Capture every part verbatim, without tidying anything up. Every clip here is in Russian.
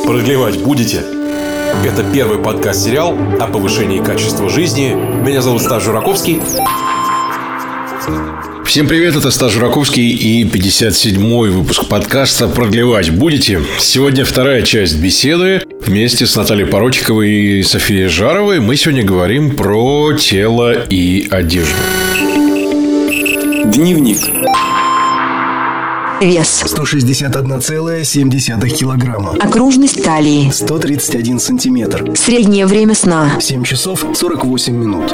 Продлевать будете? Это первый подкаст-сериал о повышении качества жизни. Меня зовут Стас Жураковский. Всем привет, это Стас Жураковский и пятьдесят седьмой выпуск подкаста «Продлевать будете?». Сегодня вторая часть беседы. Вместе с Натальей Порочиковой и Софией Жаровой мы сегодня говорим про тело и одежду. Дневник. Вес сто шестьдесят один целых семь десятых килограмма. Окружность талии сто тридцать один сантиметр. Среднее время сна семь часов сорок восемь минут.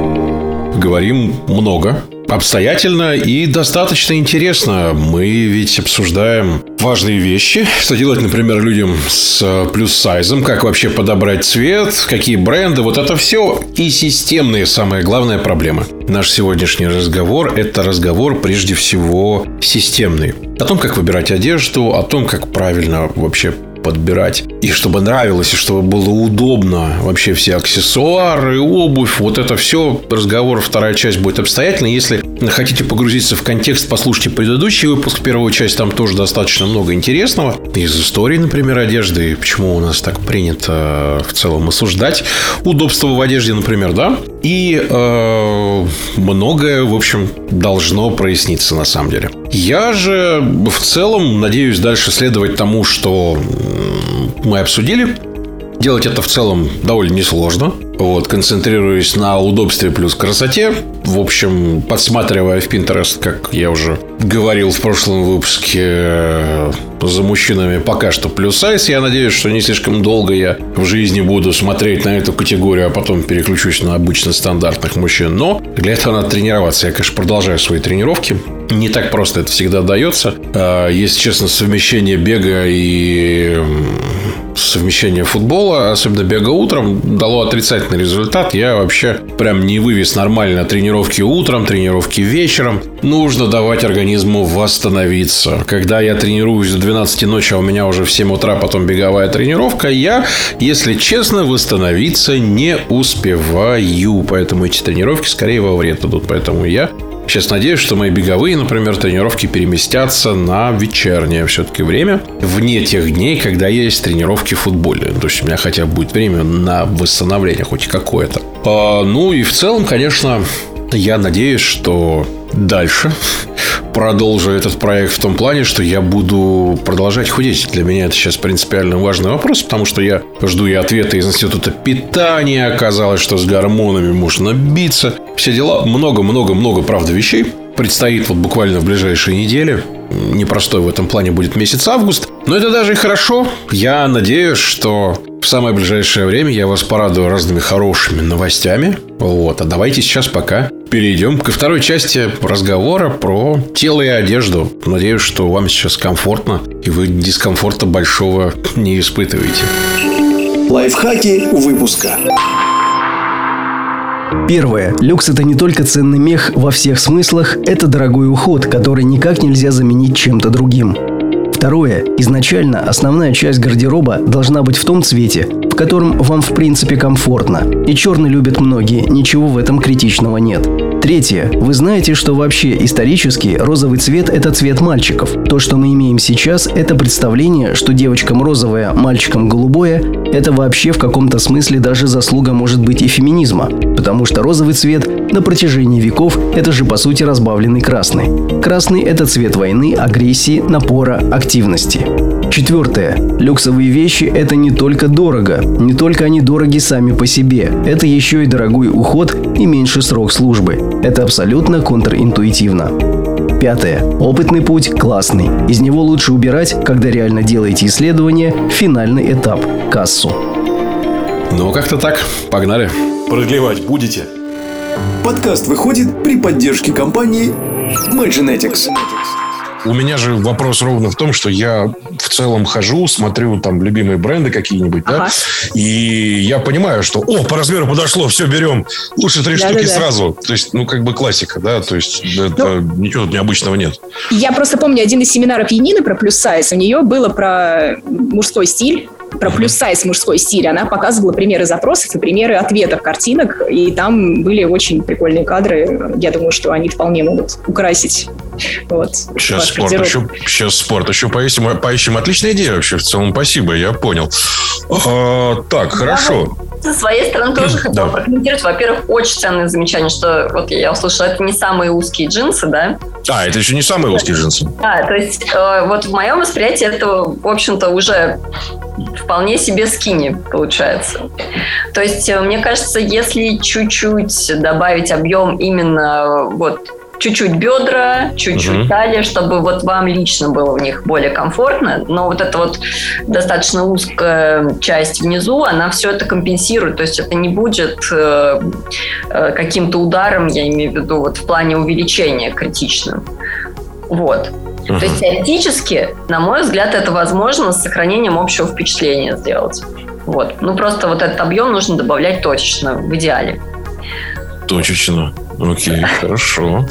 Говорим много, обстоятельно и достаточно интересно. Мы ведь обсуждаем важные вещи. Что делать, например, людям с плюс-сайзом, как вообще подобрать цвет, какие бренды. Вот это все и системные, самая главная проблема. Наш сегодняшний разговор – это разговор прежде всего системный. О том, как выбирать одежду, о том, как правильно вообще подбирать. И чтобы нравилось, и чтобы было удобно. Вообще все аксессуары, обувь. Вот это все. Разговор, вторая часть будет обстоятельно. Если хотите погрузиться в контекст, послушайте предыдущий выпуск. Первую часть, там тоже достаточно много интересного. Из истории, например, одежды. Почему у нас так принято в целом осуждать удобство в одежде, например, да? И э, многое, в общем, должно проясниться на самом деле. Я же в целом надеюсь дальше следовать тому, что мы обсудили. Делать это в целом довольно несложно. Вот, концентрируясь на удобстве плюс красоте. В общем, подсматривая в Pinterest, как я уже говорил в прошлом выпуске, за мужчинами пока что плюс сайз. Я надеюсь, что не слишком долго я в жизни буду смотреть на эту категорию, а потом переключусь на обычно стандартных мужчин. Но для этого надо тренироваться. Я, конечно, продолжаю свои тренировки. Не так просто это всегда дается. Если честно, совмещение бега и совмещение футбола, особенно бега утром, дало отрицательный результат. Я вообще прям не вывез нормально тренировки утром, тренировки вечером. Нужно давать организму восстановиться. Когда я тренируюсь до двенадцати ночи, а у меня уже в семь утра потом беговая тренировка, я, если честно, восстановиться не успеваю. Поэтому эти тренировки скорее во вред идут. Поэтому я сейчас надеюсь, что мои беговые, например, тренировки переместятся на вечернее все-таки время, вне тех дней, когда есть тренировки в футболе. То есть у меня хотя бы будет время на восстановление хоть какое-то. А, ну и в целом, конечно, я надеюсь, что дальше продолжу этот проект в том плане, что я буду продолжать худеть. Для меня это сейчас принципиально важный вопрос, потому что я жду и ответы из института питания. Оказалось, что с гормонами можно биться. Все дела. Много-много-много, правда, вещей предстоит вот буквально в ближайшие недели. Непростой в этом плане будет месяц август. Но это даже и хорошо. Я надеюсь, что в самое ближайшее время я вас порадую разными хорошими новостями. Вот. А давайте сейчас пока перейдем ко второй части разговора про тело и одежду. Надеюсь, что вам сейчас комфортно, и вы дискомфорта большого не испытываете. Лайфхаки выпуска. Первое. Люкс – это не только ценный мех во всех смыслах, это дорогой уход, который никак нельзя заменить чем-то другим. Второе. Изначально основная часть гардероба должна быть в том цвете, в котором вам в принципе комфортно. И черный любят многие, ничего в этом критичного нет. Третье. Вы знаете, что вообще исторически розовый цвет – это цвет мальчиков. То, что мы имеем сейчас, это представление, что девочкам розовое, мальчикам голубое – это вообще в каком-то смысле даже заслуга может быть и феминизма. Потому что розовый цвет на протяжении веков – это же по сути разбавленный красный. Красный – это цвет войны, агрессии, напора, активности. Четвертое. Люксовые вещи – это не только дорого. Не только они дороги сами по себе. Это еще и дорогой уход и меньший срок службы. Это абсолютно контринтуитивно. Пятое. Опытный путь классный. Из него лучше убирать, когда реально делаете исследование, финальный этап – кассу. Ну, как-то так. Погнали. Продлевать будете? Подкаст выходит при поддержке компании Maggenetics. У меня же вопрос ровно в том, что я в целом хожу, смотрю там любимые бренды какие-нибудь, да, ага. И я понимаю, что, о, по размеру подошло, все, берем, лучше три да, штуки да, да. сразу. То есть, ну, как бы классика, да, то есть ну, это, ничего тут необычного нет. Я просто помню один из семинаров Янины про плюс-сайз, у нее было про мужской стиль. про плюс-сайз мужской стиль, она показывала примеры запросов и примеры ответов картинок, и там были очень прикольные кадры. Я думаю, что они вполне могут украсить вот, сейчас спорт, еще, сейчас спорт еще поищем, поищем. Отличная идея вообще в целом, спасибо, я понял. А, так, хорошо. Со своей стороны тоже хотела да. прокомментировать. Во-первых, очень ценное замечание, что вот я услышала, это не самые узкие джинсы, да? А, это еще не самые узкие джинсы. Да, то есть э, вот в моем восприятии это, в общем-то, уже вполне себе скини получается. То есть, мне кажется, если чуть-чуть добавить объем именно вот чуть-чуть бедра, чуть-чуть uh-huh. талия, чтобы вот вам лично было в них более комфортно. Но вот эта вот достаточно узкая часть внизу, она все это компенсирует. То есть это не будет э, э, каким-то ударом, я имею в виду, вот в плане увеличения критичным. Вот. Uh-huh. То есть теоретически, на мой взгляд, это возможно с сохранением общего впечатления сделать. Вот. Ну просто вот этот объем нужно добавлять точечно, в идеале. Точечно. Окей, хорошо.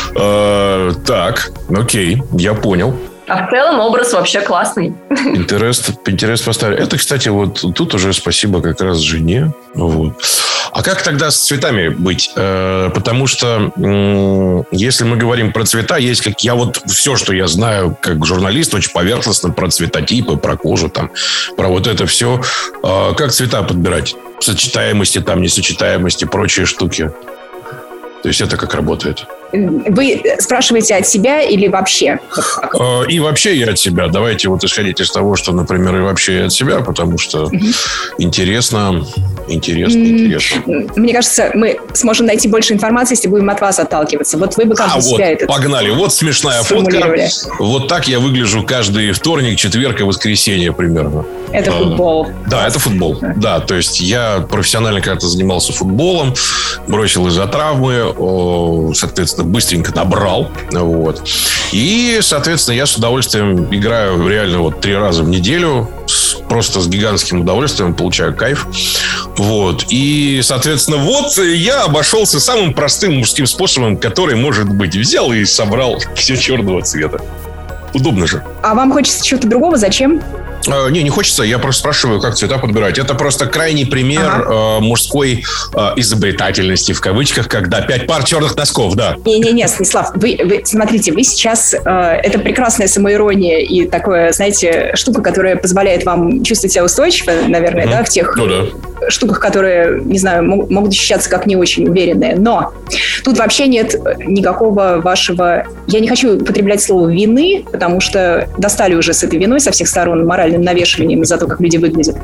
А, так, окей, я понял. А в целом образ вообще классный. Интерес, интерес поставили. Это, кстати, вот тут уже спасибо как раз жене. Вот. А как тогда с цветами быть? Э, потому что э, если мы говорим про цвета, есть как я вот все, что я знаю как журналист, очень поверхностно про цветотипы, про кожу, там, про вот это все. Э, как цвета подбирать? Сочетаемости, там, несочетаемости, прочие штуки. То есть это как работает? Вы спрашиваете от себя или вообще? И вообще и от себя. Давайте вот исходить из того, что, например, и вообще и от себя, потому что mm-hmm. интересно, интересно, mm-hmm. интересно. Мне кажется, мы сможем найти больше информации, если будем от вас отталкиваться. Вот вы бы каждый а, себя вот, это погнали. Вот смешная фотка. Вот так я выгляжу каждый вторник, четверг и воскресенье примерно. Это футбол. Да, это футбол. Да, то есть я профессионально когда-то занимался футболом, бросил из-за травмы, соответственно, быстренько набрал. Вот. И, соответственно, я с удовольствием играю реально вот три раза в неделю. Просто с гигантским удовольствием получаю кайф. Вот. И, соответственно, вот я обошелся самым простым мужским способом, который может быть. Взял и собрал все черного цвета. Удобно же. А вам хочется чего-то другого? Зачем? Э, не, не хочется. Я просто спрашиваю, как цвета подбирать. Это просто крайний пример ага. э, мужской э, изобретательности, в кавычках, когда пять пар черных носков, да. Не-не-не, Станислав, вы, вы смотрите, вы сейчас... Э, это прекрасная самоирония и такое, знаете, штука, которая позволяет вам чувствовать себя устойчиво, наверное, угу. да, в тех ну, да. штуках, которые, не знаю, могут, могут ощущаться как не очень уверенные. Но тут вообще нет никакого вашего... Я не хочу употреблять слово «вины», потому что достали уже с этой виной со всех сторон моральным навешиванием за то, как люди выглядят.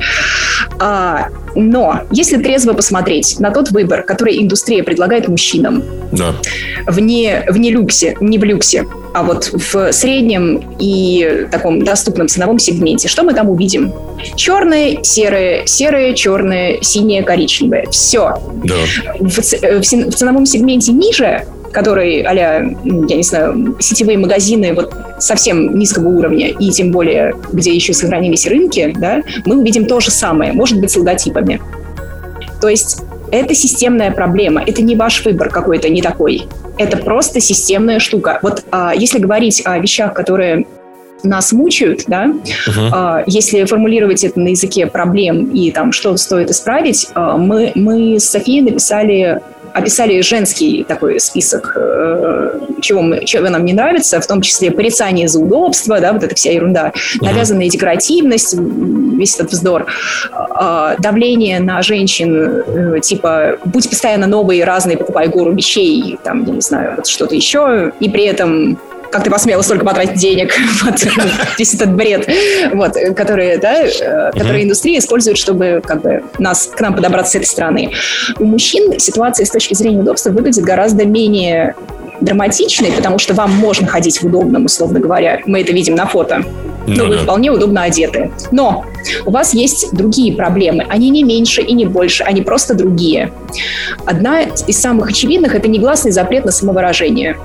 А, но если трезво посмотреть на тот выбор, который индустрия предлагает мужчинам, да. в, не, в не люксе, не в люксе, а вот в среднем и таком доступном ценовом сегменте, что мы там увидим? Черное, серое, серое, черное, синее, коричневое. Все. Да. В, в, в ценовом сегменте ниже, который а-ля, я не знаю, сетевые магазины вот совсем низкого уровня, и тем более, где еще сохранились рынки, да, мы увидим то же самое, может быть, с логотипами. То есть это системная проблема, это не ваш выбор какой-то, не такой. Это просто системная штука. Вот а, если говорить о вещах, которые нас мучают, да, uh-huh. а, если формулировать это на языке проблем и там, что стоит исправить, а, мы, мы с Софией написали... описали женский такой список, э, чего, мы, чего нам не нравится, в том числе порицание за удобство, да, вот эта вся ерунда, uh-huh. навязанная декоративность, весь этот вздор, э, давление на женщин, э, типа, будь постоянно новые, разные, покупай гору вещей, там, я не знаю, вот что-то еще, и при этом... Как ты посмела столько потратить денег? Вот, весь этот бред, вот, который, да, uh-huh. который индустрия использует, чтобы как бы, нас, к нам подобраться с этой стороны. У мужчин ситуация с точки зрения удобства выглядит гораздо менее драматичной, потому что вам можно ходить в удобном, условно говоря. Мы это видим на фото. Но ну, вы да. вполне удобно одеты. Но у вас есть другие проблемы. Они не меньше и не больше, они просто другие. Одна из самых очевидных – это негласный запрет на самовыражение.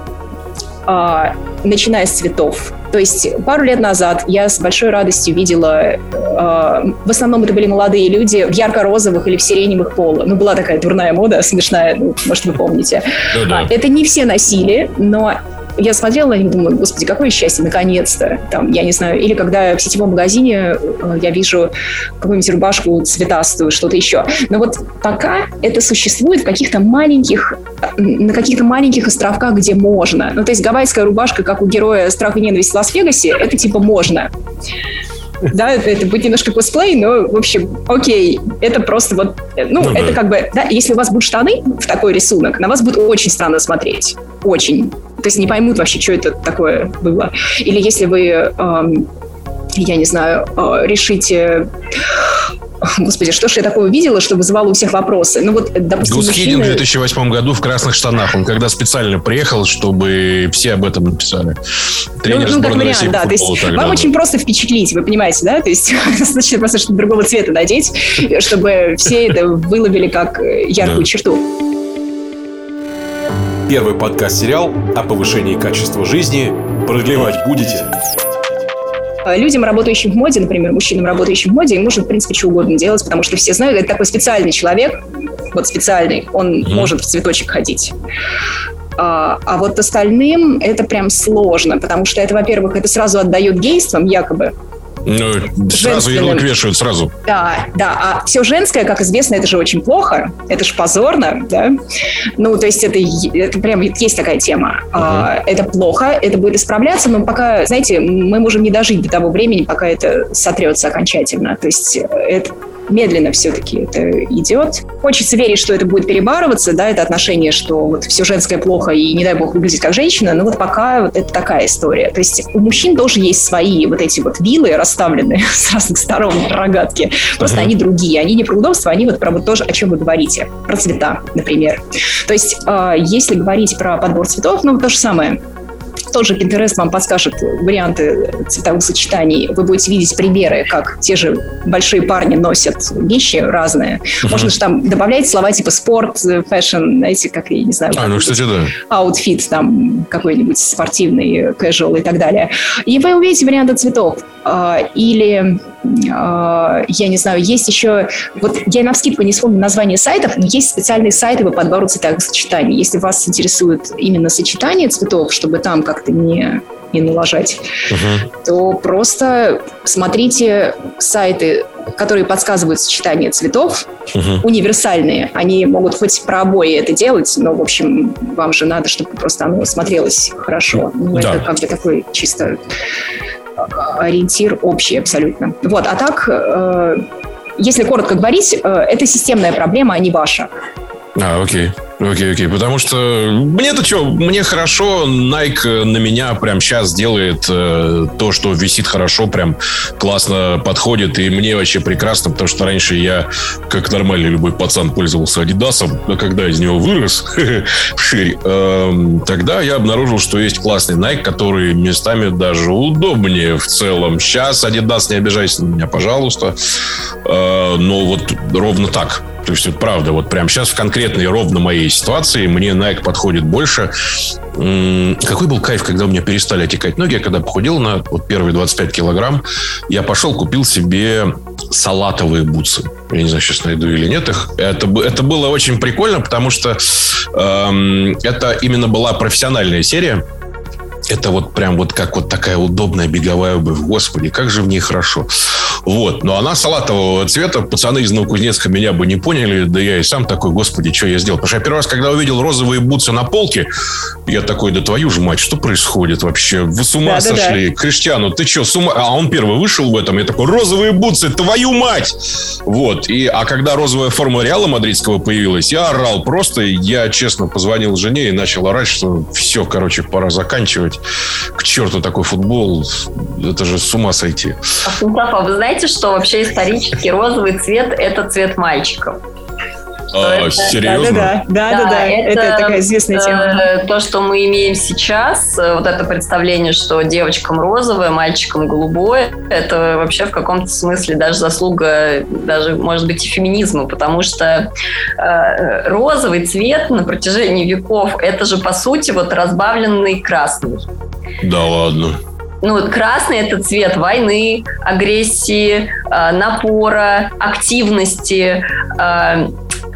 Начиная с цветов. То есть пару лет назад я с большой радостью видела, э, в основном это были молодые люди в ярко-розовых или в сиреневых поло. Ну, была такая дурная мода, смешная, ну, может, вы помните. Да-да. Это не все носили, но я смотрела на них, думаю, господи, какое счастье, наконец-то. Там, я не знаю, или когда в сетевом магазине я вижу какую-нибудь рубашку цветастую, что-то еще. Но вот пока это существует в каких-то маленьких, на каких-то маленьких островках, где можно. Ну, то есть гавайская рубашка, как у героя «Страх и ненависть» в Лас-Вегасе, это типа можно. Да, это, это будет немножко косплей, но, в общем, окей, это просто вот, ну, ну это да. как бы, да, если у вас будут штаны в такой рисунок, на вас будет очень странно смотреть, очень. То есть не поймут вообще, что это такое было. Или если вы, эм, я не знаю, э, решите... Господи, что ж я такое увидела, что вызывало у всех вопросы? Ну вот, допустим, Гус Хидинг мужчины... в две тысячи восьмом году в красных штанах. Он когда специально приехал, чтобы все об этом написали. Тренер ну, ну, сборной вариант, России да, по футболу. То есть тогда, вам да. очень просто впечатлить, вы понимаете, да? То есть достаточно просто что-то другого цвета надеть, чтобы все это выловили как яркую да. черту. Первый подкаст-сериал о повышении качества жизни. Продлевать будете? Людям, работающим в моде, например, мужчинам, работающим в моде, им можно, в принципе, что угодно делать, потому что все знают, это такой специальный человек, вот специальный, он mm-hmm. может в цветочек ходить. А, а вот остальным это прям сложно, потому что это, во-первых, это сразу отдает гействам, якобы. Ну, сразу ярлык вешают, сразу. Да, да. А все женское, как известно, это же очень плохо. Это же позорно, да. Ну, то есть это, это прям есть такая тема. Uh-huh. А, это плохо, это будет исправляться, но пока, знаете, мы можем не дожить до того времени, пока это сотрется окончательно. То есть это медленно все-таки это идет. Хочется верить, что это будет перебарываться, да, это отношение, что вот все женское плохо и, не дай бог, выглядеть как женщина, но вот пока вот это такая история. То есть у мужчин тоже есть свои вот эти вот вилы, расставленные с разных сторон рогатки. Просто uh-huh. они другие. Они не про удобство, они вот про вот тоже, о чем вы говорите. Про цвета, например. То есть э, если говорить про подбор цветов, ну, то же самое. Тоже Pinterest вам подскажет варианты цветовых сочетаний. Вы будете видеть примеры, как те же большие парни носят вещи разные. Uh-huh. Можно же там добавлять слова типа спорт, фэшн, знаете, как, я не знаю, а, ну, кстати, да. аутфит там какой-нибудь спортивный, casual и так далее. И вы увидите варианты цветов. Или, я не знаю, есть еще... Вот я навскидку не вспомню название сайтов, но есть специальные сайты по подбору цветовых сочетаний. Если вас интересует именно сочетание цветов, чтобы там как-то не, не налажать, uh-huh. то просто смотрите сайты, которые подсказывают сочетание цветов, uh-huh. универсальные. Они могут хоть про обои это делать, но, в общем, вам же надо, чтобы просто оно смотрелось хорошо. Ну, да. Это как бы такой чисто... ориентир общий абсолютно. Вот, а так, э, если коротко говорить, э, это системная проблема, а не ваша. А, окей. Окей, окей. Потому что мне-то что, мне хорошо, Nike на меня прям сейчас делает э, то, что висит хорошо, прям классно подходит, и мне вообще прекрасно, потому что раньше я, как нормальный любой пацан, пользовался Адидасом, но когда из него вырос вширь, э, тогда я обнаружил, что есть классный Nike, который местами даже удобнее в целом. Сейчас Adidas, не обижайся на меня, пожалуйста, э, но вот ровно так. То есть, это правда, вот прямо сейчас в конкретной ровно моей ситуации мне Nike подходит больше. М-м, какой был кайф, когда у меня перестали отекать ноги. Я когда похудел на вот первые двадцать пять килограмм, я пошел, купил себе салатовые бутсы. Я не знаю, сейчас найду или нет их. Это, это было очень прикольно, потому что эм, это именно была профессиональная серия. Это вот прям вот как вот такая удобная беговая обувь. Господи, как же в ней хорошо. Вот. Но она салатового цвета. Пацаны из Новокузнецка меня бы не поняли. Да я и сам такой, господи, что я сделал? Потому что я первый раз, когда увидел розовые бутсы на полке, я такой, да твою же мать, что происходит вообще? Вы с ума да, сошли? Да, да. Криштиану, ты что, с ума? А он первый вышел в этом. Я такой, розовые бутсы, твою мать! Вот. И, а когда розовая форма Реала мадридского появилась, я орал просто. Я, честно, позвонил жене и начал орать, что все, короче, пора заканчивать. К черту такой футбол. Это же с ума сойти. А вы знаете, что вообще исторически розовый цвет – это цвет мальчиков? А, это, серьезно? Да, да, да, да, да. Это, это такая известная тема. То, что мы имеем сейчас, вот это представление, что девочкам розовое, мальчикам голубое, это вообще в каком-то смысле даже заслуга, даже, может быть, и феминизма, потому что э, розовый цвет на протяжении веков – это же, по сути, вот разбавленный красный. Да ладно. Ну, вот красный – это цвет войны, агрессии, э, напора, активности. Э,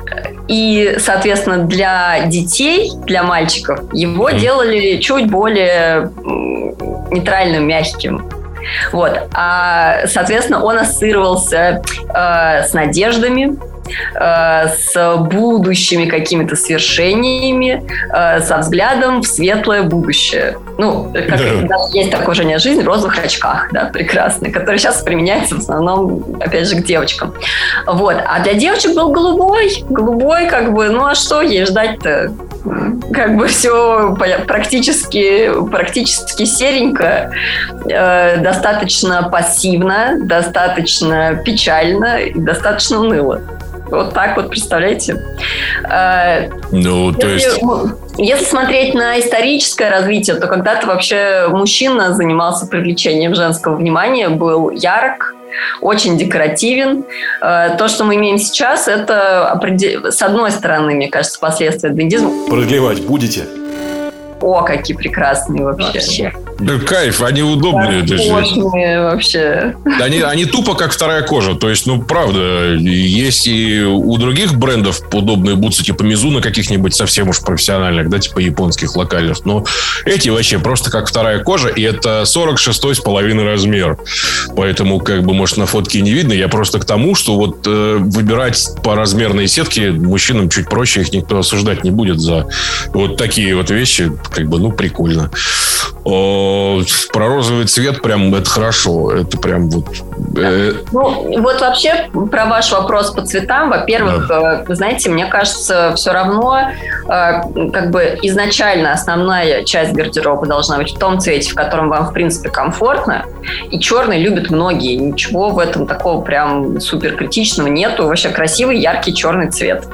И, соответственно, для детей, для мальчиков, его mm-hmm. делали чуть более нейтральным, мягким. Вот. А, соответственно, он ассоциировался э, с надеждами, э, с будущими какими-то свершениями, э, со взглядом в светлое будущее. Ну, как да. есть такое выражение «жизнь в розовых очках», да, прекрасный, который сейчас применяется в основном, опять же, к девочкам. Вот. А для девочек был голубой. Голубой, как бы, ну а что ей ждать-то? Как бы все практически, практически серенько, э, достаточно пассивно, достаточно печально и достаточно уныло. Вот так вот, представляете? Э, ну, то если, есть... если смотреть на историческое развитие, то когда-то вообще мужчина занимался привлечением женского внимания, был ярок, очень декоративен. То, что мы имеем сейчас, это, с одной стороны, мне кажется, последствия дендизма. Продлевать будете? О, какие прекрасные вообще. вообще. Да кайф, они удобные. Роскошные вообще. Они, они тупо как вторая кожа. То есть, ну, правда, есть и у других брендов удобные бутсы, типа Мизуна каких-нибудь совсем уж профессиональных, да, типа японских, локальных. Но эти вообще просто как вторая кожа, и это сорок шестой с половиной размер. Поэтому, как бы, может, на фотке не видно. Я просто к тому, что вот э, выбирать по размерной сетке мужчинам чуть проще, их никто осуждать не будет за вот такие вот вещи. Как бы, ну, прикольно. О, про розовый цвет прям это хорошо. Это прям вот... Э... Ну, вот вообще про ваш вопрос по цветам. Во-первых, да. э, знаете, мне кажется, все равно э, как бы изначально основная часть гардероба должна быть в том цвете, в котором вам, в принципе, комфортно. И черный любят многие. Ничего в этом такого прям супер критичного нету. Вообще красивый, яркий черный цвет.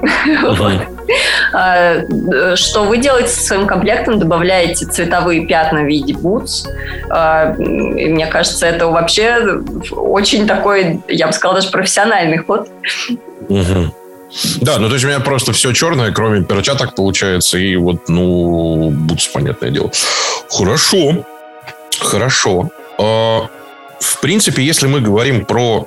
Что вы делаете со своим комплектом? Добавляете цветовые пятна в виде бутс. И мне кажется, это вообще очень такой, я бы сказала, даже профессиональный ход. Угу. Да, ну то есть у меня просто все черное, кроме перчаток получается. И вот, ну, бутс, понятное дело. Хорошо. Хорошо. В принципе, если мы говорим про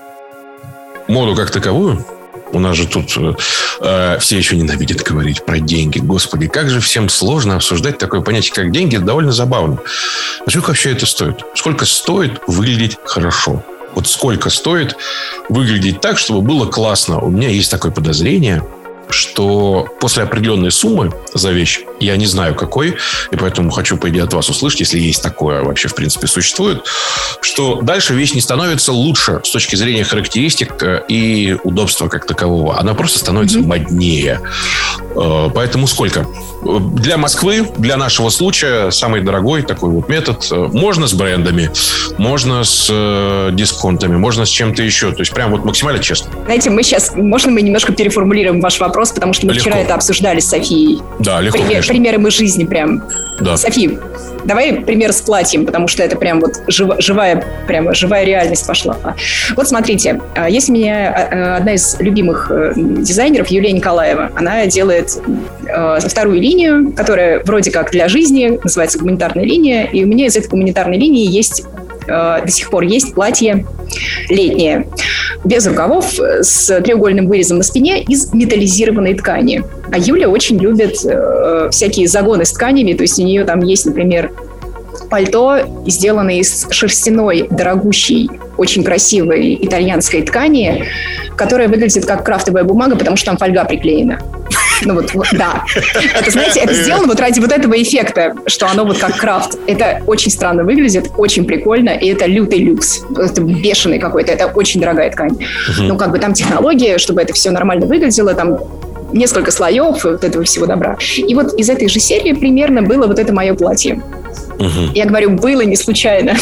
моду как таковую, у нас же тут э, все еще ненавидят говорить про деньги. Господи, как же всем сложно обсуждать такое понятие, как деньги. Это довольно забавно. А сколько вообще это стоит? Сколько стоит выглядеть хорошо? Вот сколько стоит выглядеть так, чтобы было классно? У меня есть такое подозрение, что после определенной суммы за вещь, я не знаю какой, и поэтому хочу, по идее, от вас услышать, если есть такое вообще, в принципе, существует, что дальше вещь не становится лучше с точки зрения характеристик и удобства как такового. Она просто становится mm-hmm. моднее. Поэтому сколько? Для Москвы, для нашего случая, самый дорогой такой вот метод. Можно с брендами, можно с дисконтами, можно с чем-то еще. То есть прям вот максимально честно. Знаете, мы сейчас, можно мы немножко переформулируем ваш вопрос, потому что мы легко. вчера это обсуждали с Софией. Да, легко, Пример, примеры мы жизни прям. Да. София, давай пример с платьем, потому что это прям вот жив, живая, прямо живая реальность пошла. Вот смотрите, есть у меня одна из любимых дизайнеров, Юлия Николаева. Она делает вторую линию, которая вроде как для жизни, называется гуманитарная линия. И у меня из этой гуманитарной линии есть до сих пор есть платье летнее, без рукавов, с треугольным вырезом на спине из металлизированной ткани. А Юля очень любит э, всякие загоны с тканями, то есть у нее там есть, например, пальто, сделанное из шерстяной, дорогущей, очень красивой итальянской ткани, которая выглядит как крафтовая бумага, потому что там фольга приклеена. Ну вот, вот, да. Это, знаете, это сделано вот ради вот этого эффекта, что оно вот как крафт. Это очень странно выглядит, очень прикольно, и это лютый люкс. Это бешеный какой-то, это очень дорогая ткань. Uh-huh. Ну, как бы там технология, чтобы это все нормально выглядело, там несколько слоев вот этого всего добра. И вот из этой же серии примерно было вот это мое платье. Uh-huh. Я говорю, было не случайно.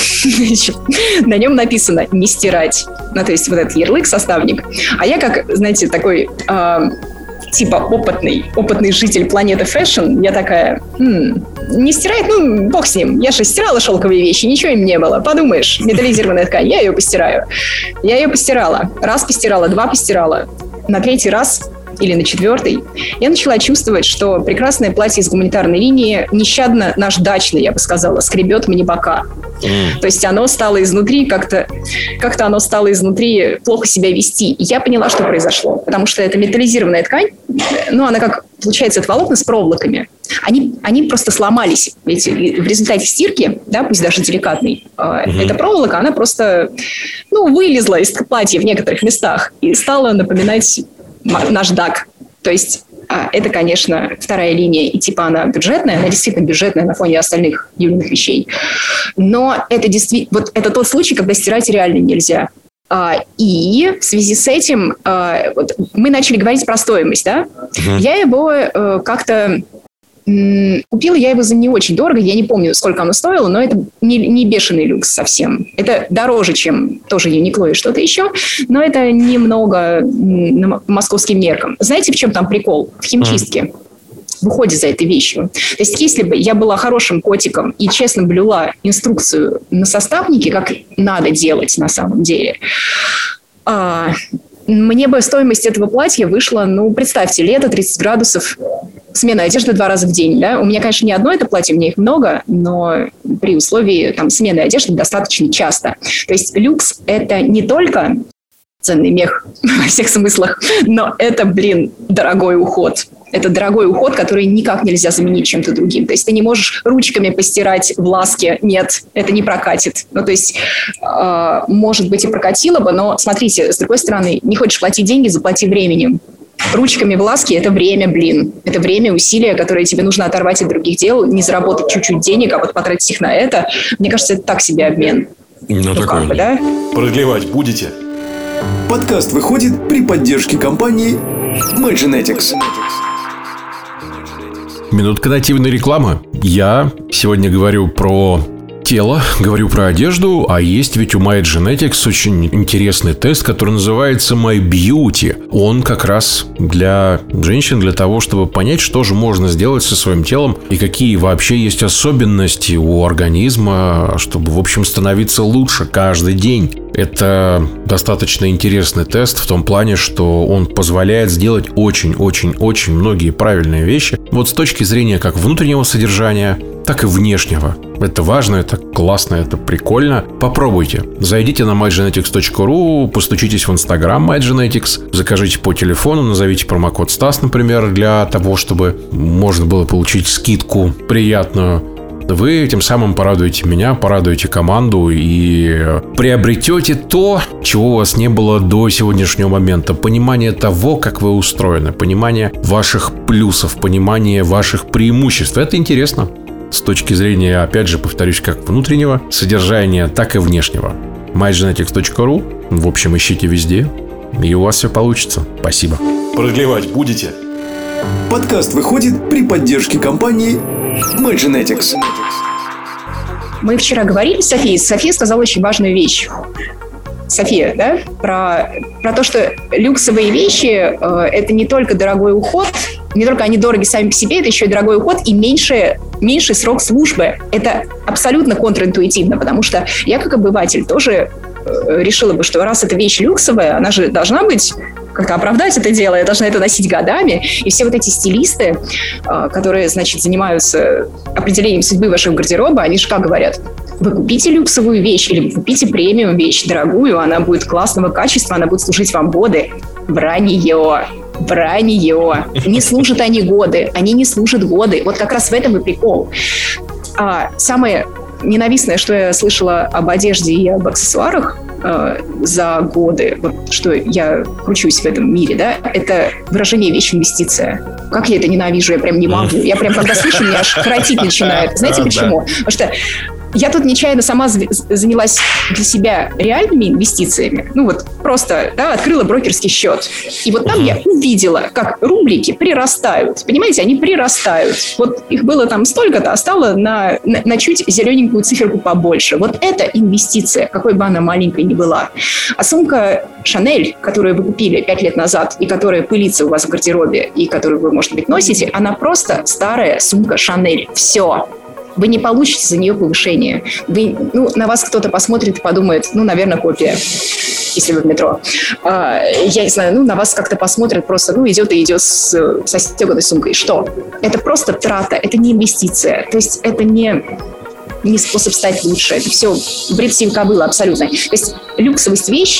На нем написано «не стирать». Ну, то есть вот этот ярлык, составник. А я как, знаете, такой... Э, типа опытный, опытный житель планеты фэшн, я такая, м-м, не стирает, ну, бог с ним. Я же стирала шелковые вещи, ничего им не было. Подумаешь, металлизированная ткань, я ее постираю. Я ее постирала. Раз постирала, два постирала. На третий раз или на четвертый, я начала чувствовать, что прекрасное платье из гуманитарной линии нещадно, наждачно, я бы сказала, скребет мне бока. Mm. То есть оно стало изнутри как-то, как-то оно стало изнутри плохо себя вести. И я поняла, что произошло. Потому что это металлизированная ткань, ну, она как, получается, это волокна с проволоками. Они, они просто сломались. Ведь в результате стирки, да, пусть даже деликатной, mm-hmm. эта проволока, она просто, ну, вылезла из платья в некоторых местах и стала напоминать наждак. То есть это, конечно, вторая линия, и типа она бюджетная, она действительно бюджетная на фоне остальных юных вещей. Но это действительно, вот это тот случай, когда стирать реально нельзя. И в связи с этим вот, мы начали говорить про стоимость, да? Uh-huh. Я его как-то м, купила, я его за не очень дорого, я не помню, сколько оно стоило, но это не, не бешеный люкс совсем. Это дороже, чем тоже Uniqlo и что-то еще, но это немного м, по московским меркам. Знаете, в чем там прикол? В химчистке. Uh-huh. Выходит за этой вещью. То есть, если бы я была хорошим котиком и честно блюла инструкцию на составнике, как надо делать на самом деле, а, мне бы стоимость этого платья вышла, ну, представьте, лето, тридцать градусов, смена одежды два раза в день, да? У меня, конечно, не одно это платье, у меня их много, но при условии там, смены одежды достаточно часто. То есть, люкс – это не только ценный мех во всех смыслах, но это, блин, дорогой уход. Это дорогой уход, который никак нельзя заменить чем-то другим. То есть ты не можешь ручками постирать в ласке. Нет, это не прокатит. Ну, то есть, э, может быть, и прокатило бы, но смотрите, с другой стороны, не хочешь платить деньги, заплати временем. Ручками в ласке – это время, блин. Это время, усилия, которые тебе нужно оторвать от других дел, не заработать чуть-чуть денег, а вот потратить их на это. Мне кажется, это так себе обмен. Ну, ну такой. Как бы, да? Продлевать будете? Подкаст выходит при поддержке компании MyGenetics. Минутка нативной рекламы. Я сегодня говорю про тело, говорю про одежду, а есть ведь у MyGenetics очень интересный тест, который называется My Beauty. Он как раз для женщин, для того, чтобы понять, что же можно сделать со своим телом и какие вообще есть особенности у организма, чтобы, в общем, становиться лучше каждый день. Это достаточно интересный тест в том плане, что он позволяет сделать очень-очень-очень многие правильные вещи. Вот с точки зрения как внутреннего содержания, так и внешнего. Это важно, это классно, это прикольно. Попробуйте. Зайдите на my genetics точка ру, постучитесь в Instagram MyGenetics, закажите по телефону, назовите промокод Стас, например, для того, чтобы можно было получить скидку приятную. Вы тем самым порадуете меня, порадуете команду и приобретете то, чего у вас не было до сегодняшнего момента. Понимание того, как вы устроены, понимание ваших плюсов, понимание ваших преимуществ. Это интересно. С точки зрения, опять же, повторюсь, как внутреннего содержания, так и внешнего. my genetics точка ру. В общем, ищите везде, и у вас все получится. Спасибо. Продлевать будете? Подкаст выходит при поддержке компании MyGenetics. Мы вчера говорили с Софией. София сказала очень важную вещь. София, да? Про, про то, что люксовые вещи э, – это не только дорогой уход, не только они дороги сами по себе, это еще и дорогой уход и меньше, меньший срок службы. Это абсолютно контринтуитивно, потому что я, как обыватель, тоже э, решила бы, что раз эта вещь люксовая, она же должна быть, как-то оправдать это дело, я должна это носить годами. И все вот эти стилисты, э, которые, значит, занимаются определением судьбы вашего гардероба, они же как говорят? Вы купите люксовую вещь или вы купите премиум вещь, дорогую, она будет классного качества, она будет служить вам годы. Вранье. Вранье. Не служат они годы. Они не служат годы. Вот как раз в этом и прикол. А самое ненавистное, что я слышала об одежде и об аксессуарах э, за годы, вот что я кручусь в этом мире, да, это выражение «вещь инвестиция». Как я это ненавижу, я прям не могу. Я прям, когда слышу, меня аж кротить начинает. Знаете почему? Потому что я тут нечаянно сама занялась для себя реальными инвестициями. Ну вот просто, да, открыла брокерский счет. И вот там я увидела, как рублики прирастают. Понимаете, они прирастают. Вот их было там столько-то, а стало на, на, на чуть зелененькую циферку побольше. Вот это инвестиция, какой бы она маленькой ни была. А сумка Шанель, которую вы купили пять лет назад, и которая пылится у вас в гардеробе, и которую вы, может быть, носите, она просто старая сумка Шанель. Все. Вы не получите за нее повышение. Вы, ну, на вас кто-то посмотрит и подумает, ну, наверное, копия, если вы в метро. А, я не знаю, ну, на вас как-то посмотрят просто, ну, идет и идет с, со стеганой сумкой. Что? Это просто трата, это не инвестиция. То есть это не, не способ стать лучше. Это все бред сивка было абсолютно. То есть люксовость вещи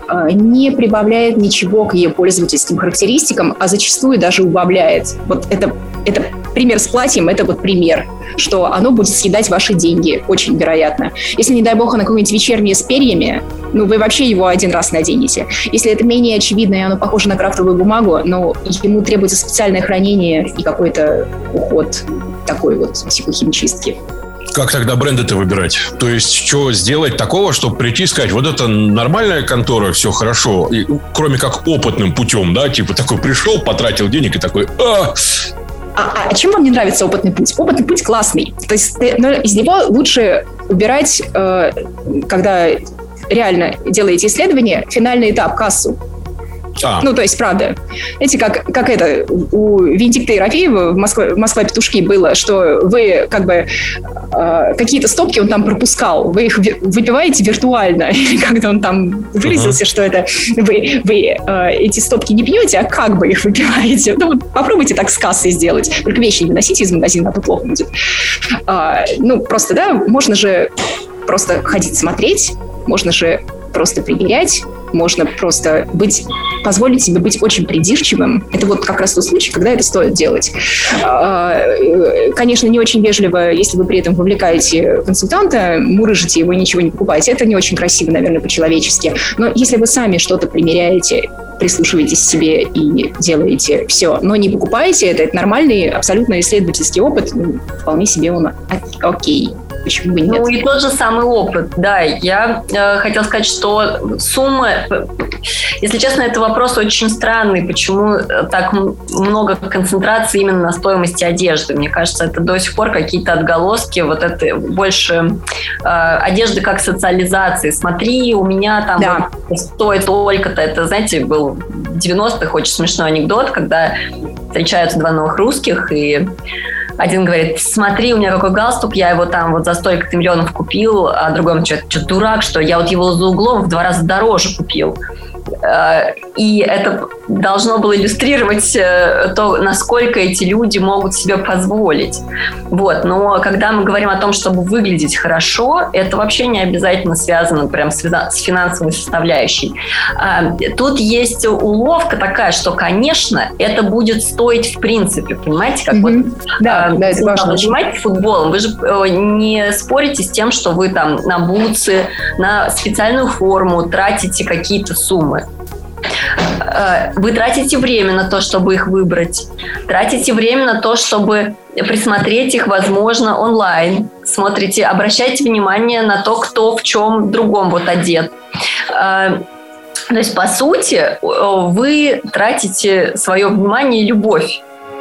не прибавляет ничего к ее пользовательским характеристикам, а зачастую даже убавляет. Вот это, это пример с платьем, это вот пример, что оно будет съедать ваши деньги, очень вероятно. Если, не дай бог, оно какое-нибудь вечернее с перьями, ну, вы вообще его один раз наденете. Если это менее очевидно, и оно похоже на крафтовую бумагу, но ему требуется специальное хранение и какой-то уход такой вот типа химчистки. Как тогда бренды-то выбирать? То есть, что сделать такого, чтобы прийти и сказать, вот это нормальная контора, все хорошо, и, кроме как опытным путем, да, типа такой пришел, потратил денег и такой, а, А, а чем вам не нравится опытный путь? Опытный путь классный. То есть ну, из него лучше убирать, э, когда реально делаете исследование, финальный этап, кассу. А. Ну, то есть, правда. Знаете, как, как это у Венедикта Ерофеева в Москве, Москва-петушки было, что вы как бы э, какие-то стопки он там пропускал, вы их выпиваете виртуально. Или как-то он там выразился, uh-huh. что это вы, вы э, эти стопки не пьете, а как бы их выпиваете. Ну, вот попробуйте так с кассой сделать. Только вещи не выносите из магазина, а то плохо будет. А, ну, просто, да, можно же просто ходить смотреть, можно же просто примерять, можно просто быть, позволить себе быть очень придирчивым. Это вот как раз тот случай, когда это стоит делать. Конечно, не очень вежливо, если вы при этом вовлекаете консультанта, мурыжите его и ничего не покупаете. Это не очень красиво, наверное, по-человечески. Но если вы сами что-то примеряете, прислушиваетесь к себе и делаете все, но не покупаете это, это нормальный, абсолютно исследовательский опыт, ну, вполне себе он окей. Почему бы нет? Ну и тот же самый опыт, да. Я э, хотела сказать, что сумма, если честно, это вопрос очень странный, почему так много концентрации именно на стоимости одежды. Мне кажется, это до сих пор какие-то отголоски, вот это больше э, одежды как социализации. Смотри, у меня там да. вот, стоит только-то. Это, знаете, был в девяностых очень смешной анекдот, когда встречаются два новых русских, и один говорит, смотри, у меня какой галстук, я его там вот за столько-то миллионов купил, а другой он что, что, дурак, что я вот его за углом в два раза дороже купил. И это должно было иллюстрировать то, насколько эти люди могут себе позволить. Вот. Но когда мы говорим о том, чтобы выглядеть хорошо, это вообще не обязательно связано прям с финансовой составляющей. Тут есть уловка такая, что, конечно, это будет стоить в принципе, понимаете? Как mm-hmm. вот, да, да, это важно. Занимаетесь футболом, вы же не спорите с тем, что вы там на бутсы, на специальную форму тратите какие-то суммы. Вы тратите время на то, чтобы их выбрать. Тратите время на то, чтобы присмотреть их, возможно, онлайн. Смотрите, обращайте внимание на то, кто в чем другом вот одет. То есть, по сути, вы тратите свое внимание и любовь.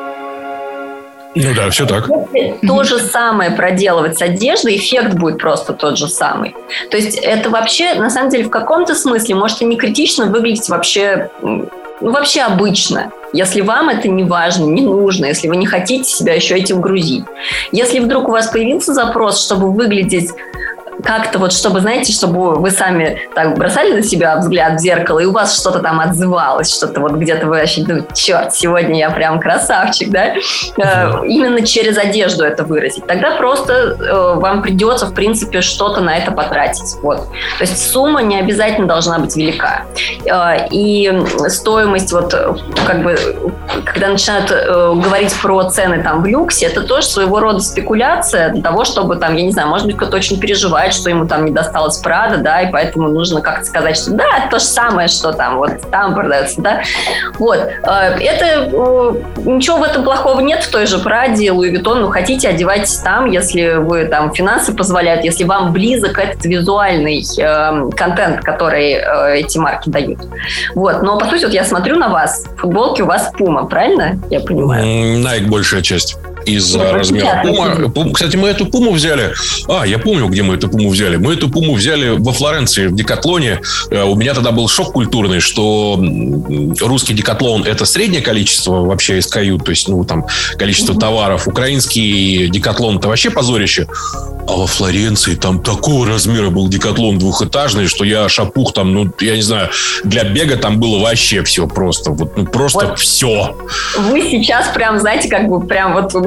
Ну да, все так. Если то же самое проделывать с одеждой, эффект будет просто тот же самый. То есть это вообще, на самом деле, в каком-то смысле может и не критично выглядеть вообще, ну, вообще обычно. Если вам это не важно, не нужно, если вы не хотите себя еще этим грузить. Если вдруг у вас появился запрос, чтобы выглядеть как-то вот, чтобы, знаете, чтобы вы сами так бросали на себя взгляд в зеркало, и у вас что-то там отзывалось, что-то вот где-то вы вообще думаете, черт, сегодня я прям красавчик, да? Mm-hmm. Именно через одежду это выразить. Тогда просто э, вам придется, в принципе, что-то на это потратить. Вот. То есть сумма не обязательно должна быть велика. Э, и стоимость, вот, как бы, когда начинают э, говорить про цены там в люксе, это тоже своего рода спекуляция для того, чтобы там, я не знаю, может быть, кто-то очень переживает, что ему там не досталось Прада, да, и поэтому нужно как-то сказать, что да, это то же самое, что там вот там продается, да. Вот. Это ничего в этом плохого нет в той же Праде, Луи Виттон, ну, хотите, одевайтесь там, если вы там финансы позволяют, если вам близок этот визуальный э, контент, который э, эти марки дают. Вот. Но, по сути, вот я смотрю на вас, футболки у вас Puma, правильно? Я понимаю. Nike большая часть. Из-за ну, размера Пума. Кстати, мы эту Пуму взяли. А, я помню, где мы эту Пуму взяли. Мы эту Пуму взяли во Флоренции, в Декатлоне. У меня тогда был шок культурный, что русский Декатлон – это среднее количество вообще эс кей ю, то есть, ну, там, количество mm-hmm. товаров. Украинский Декатлон – это вообще позорище. А во Флоренции там такого размера был Декатлон двухэтажный, что я шапух там, ну, я не знаю, для бега там было вообще все просто. Вот, ну, просто вот все. Вы сейчас прям, знаете, как бы прям вот у меня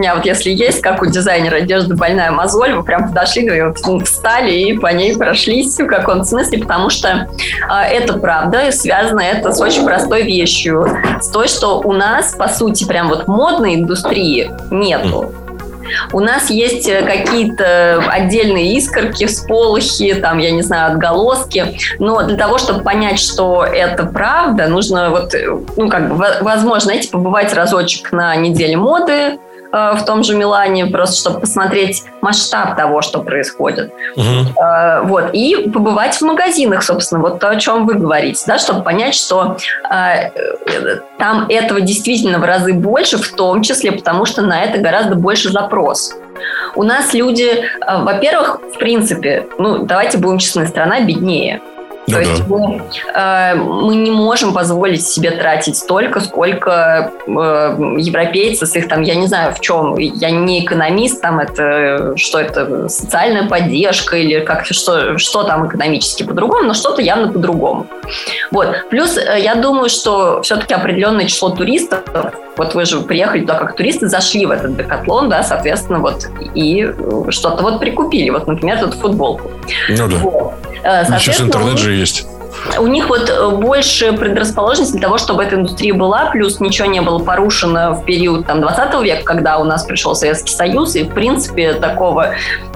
меня вот если есть, как у дизайнера одежды, больная мозоль, вы прям подошли, вы встали и по ней прошлись в каком-то смысле, потому что э, это правда, и связано это с очень простой вещью, с той, что у нас, по сути, прям вот модной индустрии нету. У нас есть какие-то отдельные искорки, всполохи, там, я не знаю, отголоски, но для того, чтобы понять, что это правда, нужно вот, ну, как бы, возможно, знаете, побывать разочек на неделе моды в том же Милане, просто чтобы посмотреть масштаб того, что происходит. Угу. Вот. И побывать в магазинах, собственно, вот то, о чем вы говорите, да, чтобы понять, что э, там этого действительно в разы больше, в том числе потому, что на это гораздо больше запрос. У нас люди, э, во-первых, в принципе, ну, давайте будем честны, страна беднее. То ну, есть да. мы, э, мы не можем позволить себе тратить столько, сколько э, европейцы с их там, я не знаю в чем, я не экономист, там это, что это, социальная поддержка или как, что, что там экономически по-другому, но что-то явно по-другому. Вот. Плюс э, я думаю, что все-таки определенное число туристов, вот вы же приехали туда как туристы, зашли в этот Декатлон, да, соответственно, вот, и что-то вот прикупили, вот, например, эту футболку. Ну да. Вот. Сейчас интернет же есть. У них вот больше предрасположенность для того, чтобы эта индустрия была, плюс ничего не было порушено в период там, двадцатого века, когда у нас пришел Советский Союз, и в принципе такого,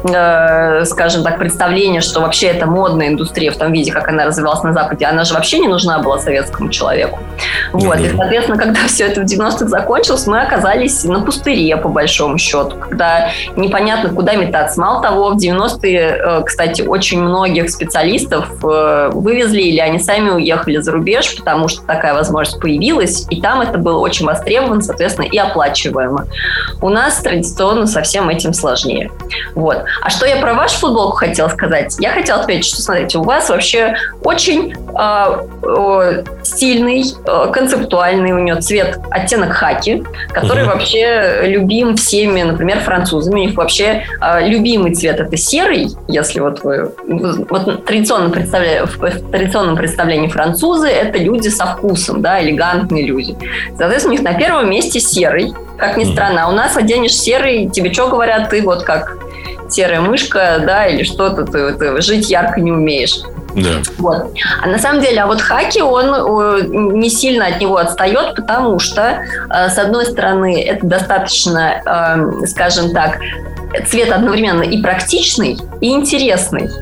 э, скажем так, представления, что вообще это модная индустрия в том виде, как она развивалась на Западе, она же вообще не нужна была советскому человеку. Вот. И, соответственно, когда все это в девяностых закончилось, мы оказались на пустыре, по большому счету, когда непонятно, куда метаться. Мало того, в девяностые, кстати, очень многих специалистов вывезли или они сами уехали за рубеж, потому что такая возможность появилась, и там это было очень востребовано, соответственно, и оплачиваемо. У нас традиционно со всем этим сложнее. Вот. А что я про вашу футболку хотела сказать? Я хотела ответить, что, смотрите, у вас вообще очень э, э, стильный, э, концептуальный у нее цвет, оттенок хаки, который угу. вообще любим всеми, например, французами. У них вообще э, любимый цвет – это серый, если вот вы вот, традиционно представляете, в традиционном представлении французы – это люди со вкусом, да, элегантные люди. Соответственно, у них на первом месте серый, как ни странно. А у нас оденешь серый, тебе что говорят, ты вот как серая мышка, да, или что-то, ты, ты жить ярко не умеешь. Да. Вот. А на самом деле, а вот хаки, он не сильно от него отстает, потому что, с одной стороны, это достаточно, скажем так, цвет одновременно и практичный, и интересный.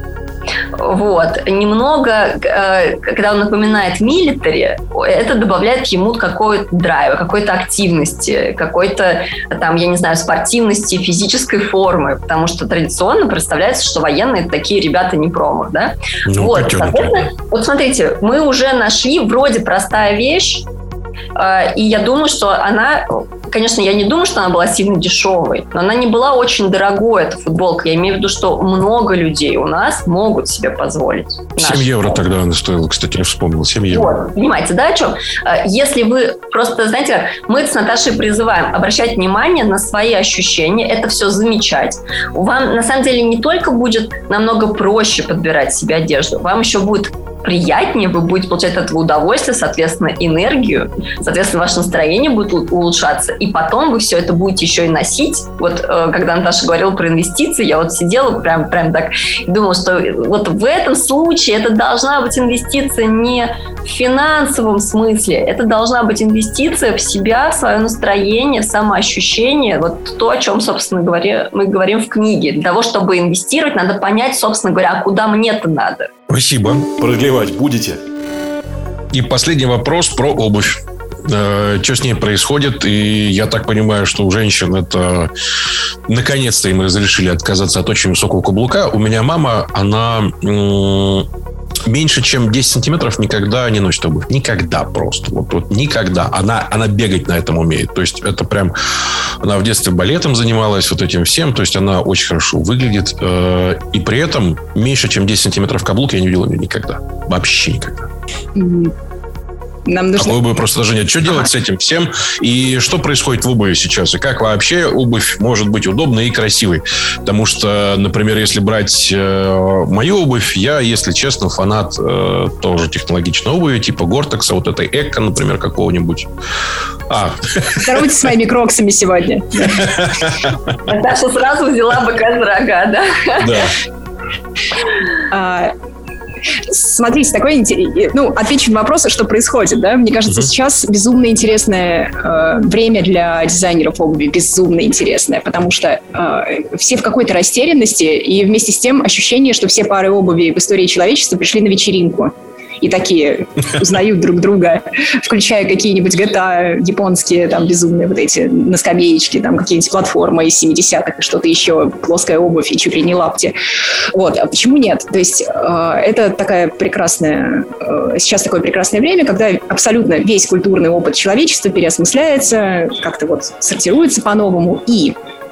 Вот. Немного, когда он напоминает милитари, это добавляет ему какой-то драйва, какой-то активности, какой-то, там, я не знаю, спортивности, физической формы, потому что традиционно представляется, что военные – такие ребята не промах, да? Ну, вот, соответственно, вот смотрите, мы уже нашли вроде простая вещь, и я думаю, что она, конечно, я не думаю, что она была сильно дешевой, но она не была очень дорогой, эта футболка. Я имею в виду, что много людей у нас могут себе позволить. семь евро тогда она стоила, кстати, я вспомнил. семь евро. Вот, понимаете, да, о чем? Если вы просто, знаете как, мы с Наташей призываем обращать внимание на свои ощущения, это все замечать. Вам, на самом деле, не только будет намного проще подбирать себе одежду, вам еще будет приятнее, вы будете получать от этого удовольствие, соответственно, энергию, соответственно, ваше настроение будет улучшаться, и потом вы все это будете еще и носить. Вот когда Наташа говорила про инвестиции, я вот сидела прям, прям так и думала, что вот в этом случае это должна быть инвестиция не в финансовом смысле, это должна быть инвестиция в себя, в свое настроение, в самоощущение, вот то, о чем, собственно говоря, мы говорим в книге. Для того, чтобы инвестировать, надо понять, собственно говоря, а куда мне-то надо. Спасибо. Продлевать будете? И последний вопрос про обувь. Что с ней происходит? И я так понимаю, что у женщин это... Наконец-то им разрешили отказаться от очень высокого каблука. У меня мама, она м- меньше, чем десять сантиметров никогда не носит обувь. Никогда просто. Вот, вот никогда. Она, она бегать на этом умеет. То есть это прям... Она в детстве балетом занималась, вот этим всем. То есть она очень хорошо выглядит. И при этом меньше, чем десять сантиметров каблук я не видел ее никогда. Вообще никогда. Нам нужно... Такое бы просто даже нет. Что ага. делать с этим всем? И что происходит в обуви сейчас? И как вообще обувь может быть удобной и красивой? Потому что, например, если брать э, мою обувь, я, если честно, фанат э, тоже технологичной обуви, типа Гортекса, вот этой Эко, например, какого-нибудь. А. Здоровайтесь с моими кроксами сегодня. Наташа сразу взяла быка за рога, да? Да. Смотрите, такой интерес... Ну, отвечу на вопрос, что происходит, да? Мне кажется, uh-huh. сейчас безумно интересное э, время для дизайнеров обуви, безумно интересное, потому что э, все в какой-то растерянности, и вместе с тем ощущение, что все пары обуви в истории человечества пришли на вечеринку. И такие узнают друг друга, включая какие-нибудь джи ти эй японские, там, безумные вот эти на скамеечке, там, какие-нибудь платформы из семидесятых и что-то еще, плоская обувь и чуть ли не лапти. Вот. А почему нет? То есть э, это такая прекрасная, э, сейчас такое прекрасное время, когда абсолютно весь культурный опыт человечества переосмысляется, как-то вот сортируется по-новому. И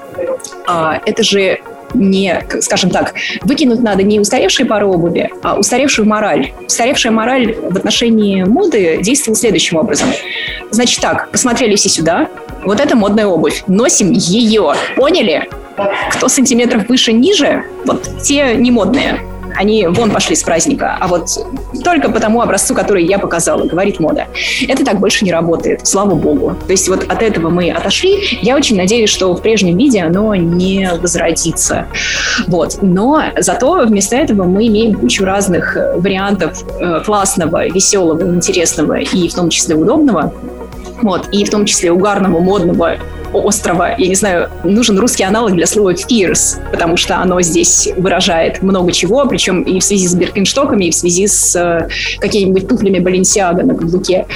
э, это же не, скажем так, выкинуть надо не устаревшие пары обуви, а устаревшую мораль. Устаревшая мораль в отношении моды действовала следующим образом. Значит так, посмотрели все сюда, вот это модная обувь, носим ее, поняли? Кто сантиметров выше, ниже, вот те не модные. Они вон пошли с праздника, а вот только по тому образцу, который я показала, говорит мода. Это так больше не работает, слава богу. То есть вот от этого мы отошли. Я очень надеюсь, что в прежнем виде оно не возродится. Вот. Но зато вместо этого мы имеем кучу разных вариантов классного, веселого, интересного и в том числе удобного. Вот. И в том числе угарного, модного, острова, я не знаю, нужен русский аналог для слова fierce, потому что оно здесь выражает много чего, причем и в связи с Биркенштоками, и в связи с э, какими-нибудь туфлями Баленсиага на каблуке.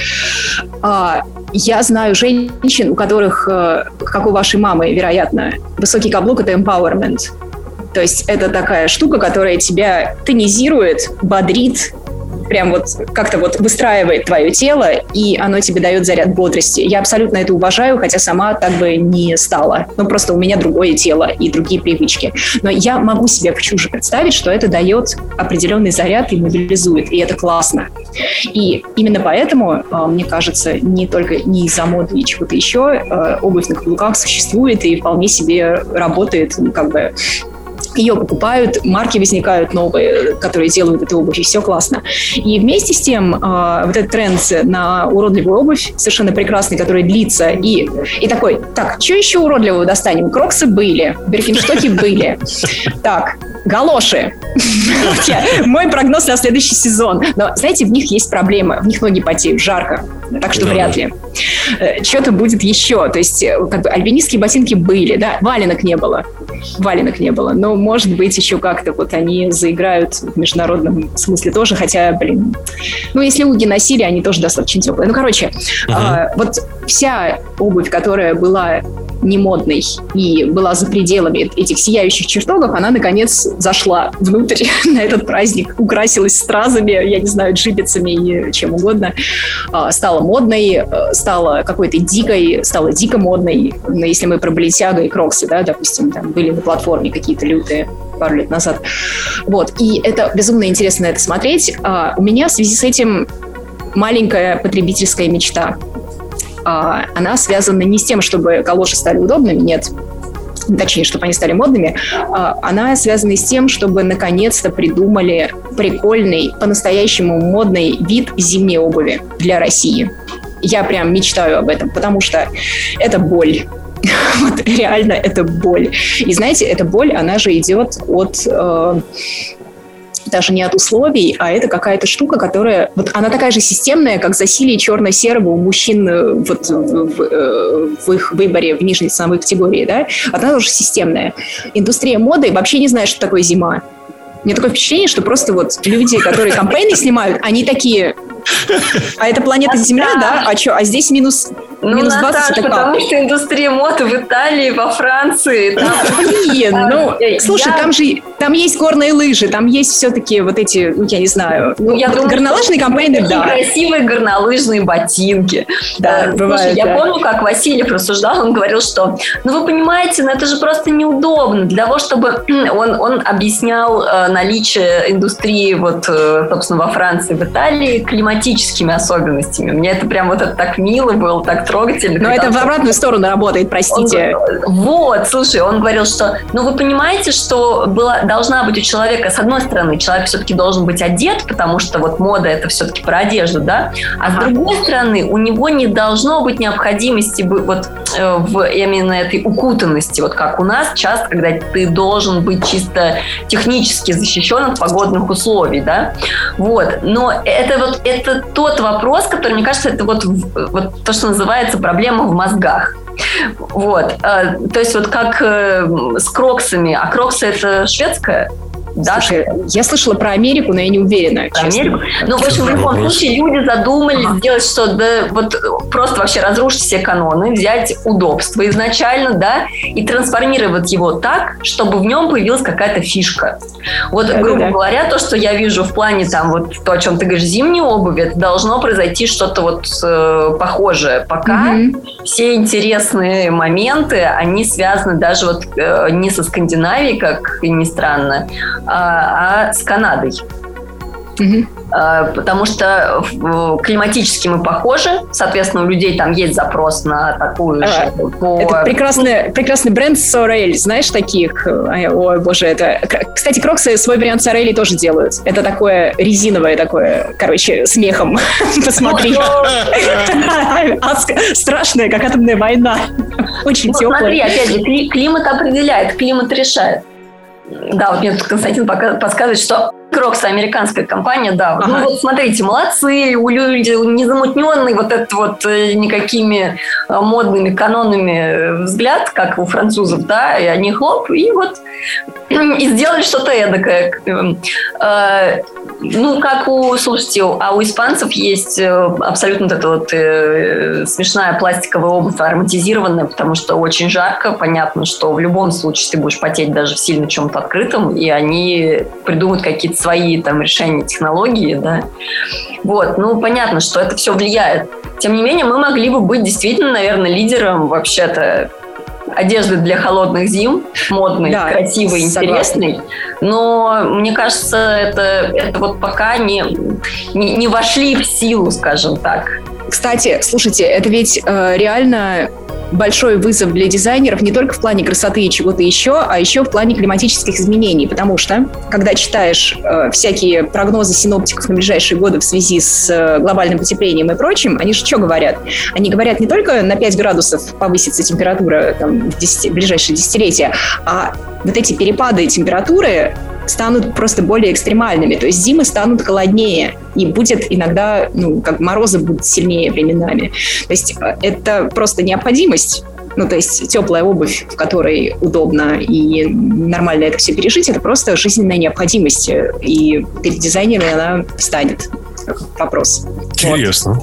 А, я знаю женщин, у которых, э, как у вашей мамы, вероятно, высокий каблук — это empowerment. То есть это такая штука, которая тебя тонизирует, бодрит, прям вот как-то вот выстраивает твое тело, и оно тебе дает заряд бодрости. Я абсолютно это уважаю, хотя сама так бы не стала. Ну, просто у меня другое тело и другие привычки. Но я могу себе чуже представить, что это дает определенный заряд и мобилизует, и это классно. И именно поэтому, мне кажется, не только не из-за моды и чего-то еще, обувь на каблуках существует и вполне себе работает, как бы. Ее покупают, марки возникают новые, которые делают эту обувь, и все классно. И вместе с тем э, вот этот тренд на уродливую обувь, совершенно прекрасный, который длится, и, и такой, так, что еще уродливого достанем? Кроксы были, Биркенштоки были. Так, галоши. Мой прогноз на следующий сезон. Но, знаете, в них есть проблема, в них ноги потеют, жарко, так что вряд ли. Что-то будет еще. То есть, как бы, альпинистские ботинки были, да, валенок не было. Валенок не было. Но, может быть, еще как-то вот они заиграют в международном смысле тоже, хотя, блин, ну, если уги носили, они тоже достаточно теплые. Ну, короче, uh-huh. а, вот вся обувь, которая была не модной и была за пределами этих сияющих чертогов, она, наконец, зашла внутрь на этот праздник, украсилась стразами, я не знаю, джибицами и чем угодно, стала модной, стала какой-то дикой, стала дико модной. Но если мы про Баленсиага и Кроксы, да, допустим, там были на платформе какие-то лютые пару лет назад. Вот. И это безумно интересно это смотреть. У меня в связи с этим маленькая потребительская мечта. Она связана не с тем, чтобы галоши стали удобными, нет, точнее, чтобы они стали модными, она связана с тем, чтобы наконец-то придумали прикольный, по-настоящему модный вид зимней обуви для России. Я прям мечтаю об этом, потому что это боль. Вот реально это боль. И знаете, эта боль, она же идет от... даже не от условий, а это какая-то штука, которая... Вот она такая же системная, как засилие черно-серого у мужчин вот в, в, в их выборе в нижней ценовой категории, да? Она тоже системная. Индустрия моды вообще не знает, что такое зима. У меня такое впечатление, что просто вот люди, которые кампейны снимают, они такие... А это планета Земля, да? А что? А здесь минус... Ну, минус двадцать Наташ, это как? Потому что индустрия моды в Италии, во Франции. Там... Блин, ну, слушай, я... там же там есть горные лыжи, там есть все-таки вот эти, ну, я не знаю, ну, я думаю, горнолыжные компании, да. Красивые горнолыжные ботинки. Да, Слушай, бывает, я да. помню, как Василий рассуждал, он говорил, что, ну, вы понимаете, ну, это же просто неудобно. Для того, чтобы... Он, он объяснял э, наличие индустрии, вот, э, собственно, во Франции, в Италии, климатическими особенностями. Мне это прям вот это так мило было, так трогательно. Но это в обратную сторону работает, простите. Он, вот, слушай, он говорил, что, ну, вы понимаете, что была, должна быть у человека, с одной стороны, человек все-таки должен быть одет, потому что вот мода это все-таки про одежду, да, а с другой стороны, у него не должно быть необходимости вот э, в именно этой укутанности, вот как у нас часто, когда ты должен быть чисто технически защищен от погодных условий, да, вот, но это вот, это тот вопрос, который, мне кажется, это вот, вот то, что называется проблема в мозгах. Вот. То есть вот как с кроксами. А кроксы это шведская? Да, слушай, я слышала про Америку, но я не уверена. Про Америку? Ну, в общем, в любом случае люди задумались ага. сделать, что да, вот просто вообще разрушить все каноны, взять удобство изначально, да, и трансформировать его так, чтобы в нем появилась какая-то фишка. Вот, да, грубо да. говоря, то, что я вижу в плане там вот то, о чем ты говоришь, зимней обуви, это должно произойти что-то вот э, похожее. Пока угу. все интересные моменты, они связаны даже вот э, не со Скандинавией, как и ни странно, а, а с Канадой. Угу. Потому что климатически мы похожи, соответственно, у людей там есть запрос на такую а, же... По... Это прекрасный, прекрасный бренд Sorel, знаешь таких? Ой, боже, это... Кстати, кроксы свой вариант Sorel тоже делают. Это такое резиновое, такое, короче, с мехом. Посмотри. Страшная, как атомная война. Очень теплая. Смотри, опять же, климат определяет, климат решает. Да, вот мне тут Константин подсказывает, что Крокс американская компания, да. Ага. Ну вот смотрите, молодцы, у людей незамутненный вот этот вот никакими модными канонами взгляд, как у французов, да, и они хлоп, и вот и сделали что-то эдакое. Ну, как у, слушайте, а у испанцев есть абсолютно вот эта вот э, смешная пластиковая обувь, ароматизированная, потому что очень жарко, понятно, что в любом случае ты будешь потеть даже в сильно чем-то открытом, и они придумают какие-то свои там решения, технологии, да. Вот, ну, понятно, что это все влияет. Тем не менее, мы могли бы быть действительно, наверное, лидером вообще-то одежды для холодных зим, модной, да, красивой, интересной. Но мне кажется, это, это вот пока не, не, не вошли в силу, скажем так. Кстати, слушайте, это ведь э, реально большой вызов для дизайнеров не только в плане красоты и чего-то еще, а еще в плане климатических изменений, потому что, когда читаешь э, всякие прогнозы синоптиков на ближайшие годы в связи с э, глобальным потеплением и прочим, они же что говорят? Они говорят не только на пять градусов повысится температура там, в, десяти, в ближайшие десятилетия, а вот эти перепады температуры станут просто более экстремальными. То есть зимы станут холоднее, и будет иногда, ну, как морозы будут сильнее временами. То есть это просто необходимость. Ну, то есть теплая обувь, в которой удобно и нормально это все пережить, это просто жизненная необходимость. И перед дизайнерами она встанет. Вопрос. Интересно.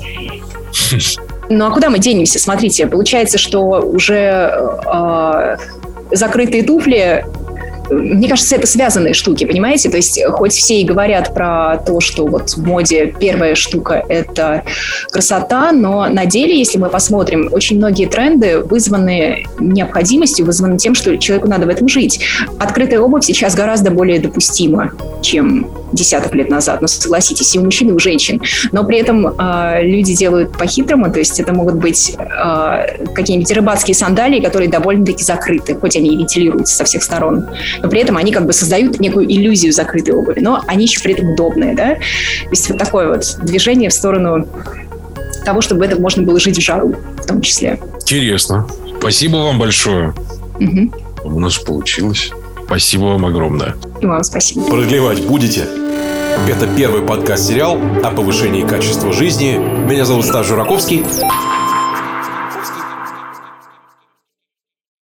Вот. Ну, а куда мы денемся? Смотрите, получается, что уже э, закрытые туфли... Мне кажется, это связанные штуки, понимаете? То есть, хоть все и говорят про то, что вот в моде первая штука – это красота, но на деле, если мы посмотрим, очень многие тренды вызваны необходимостью, вызваны тем, что человеку надо в этом жить. Открытая обувь сейчас гораздо более допустима, чем десяток лет назад, ну, согласитесь, и у мужчин, и у женщин. Но при этом э, люди делают по-хитрому, то есть это могут быть э, какие-нибудь рыбацкие сандалии, которые довольно-таки закрыты, хоть они и вентилируются со всех сторон, но при этом они как бы создают некую иллюзию закрытой обуви, но они еще при этом удобные, да? То есть вот такое вот движение в сторону того, чтобы это можно было жить в жару, в том числе. Интересно. Спасибо вам большое. Угу. У нас получилось. Спасибо вам огромное. И вам спасибо. Продлевать будете? Это первый подкаст-сериал о повышении качества жизни. Меня зовут Стас Жураковский.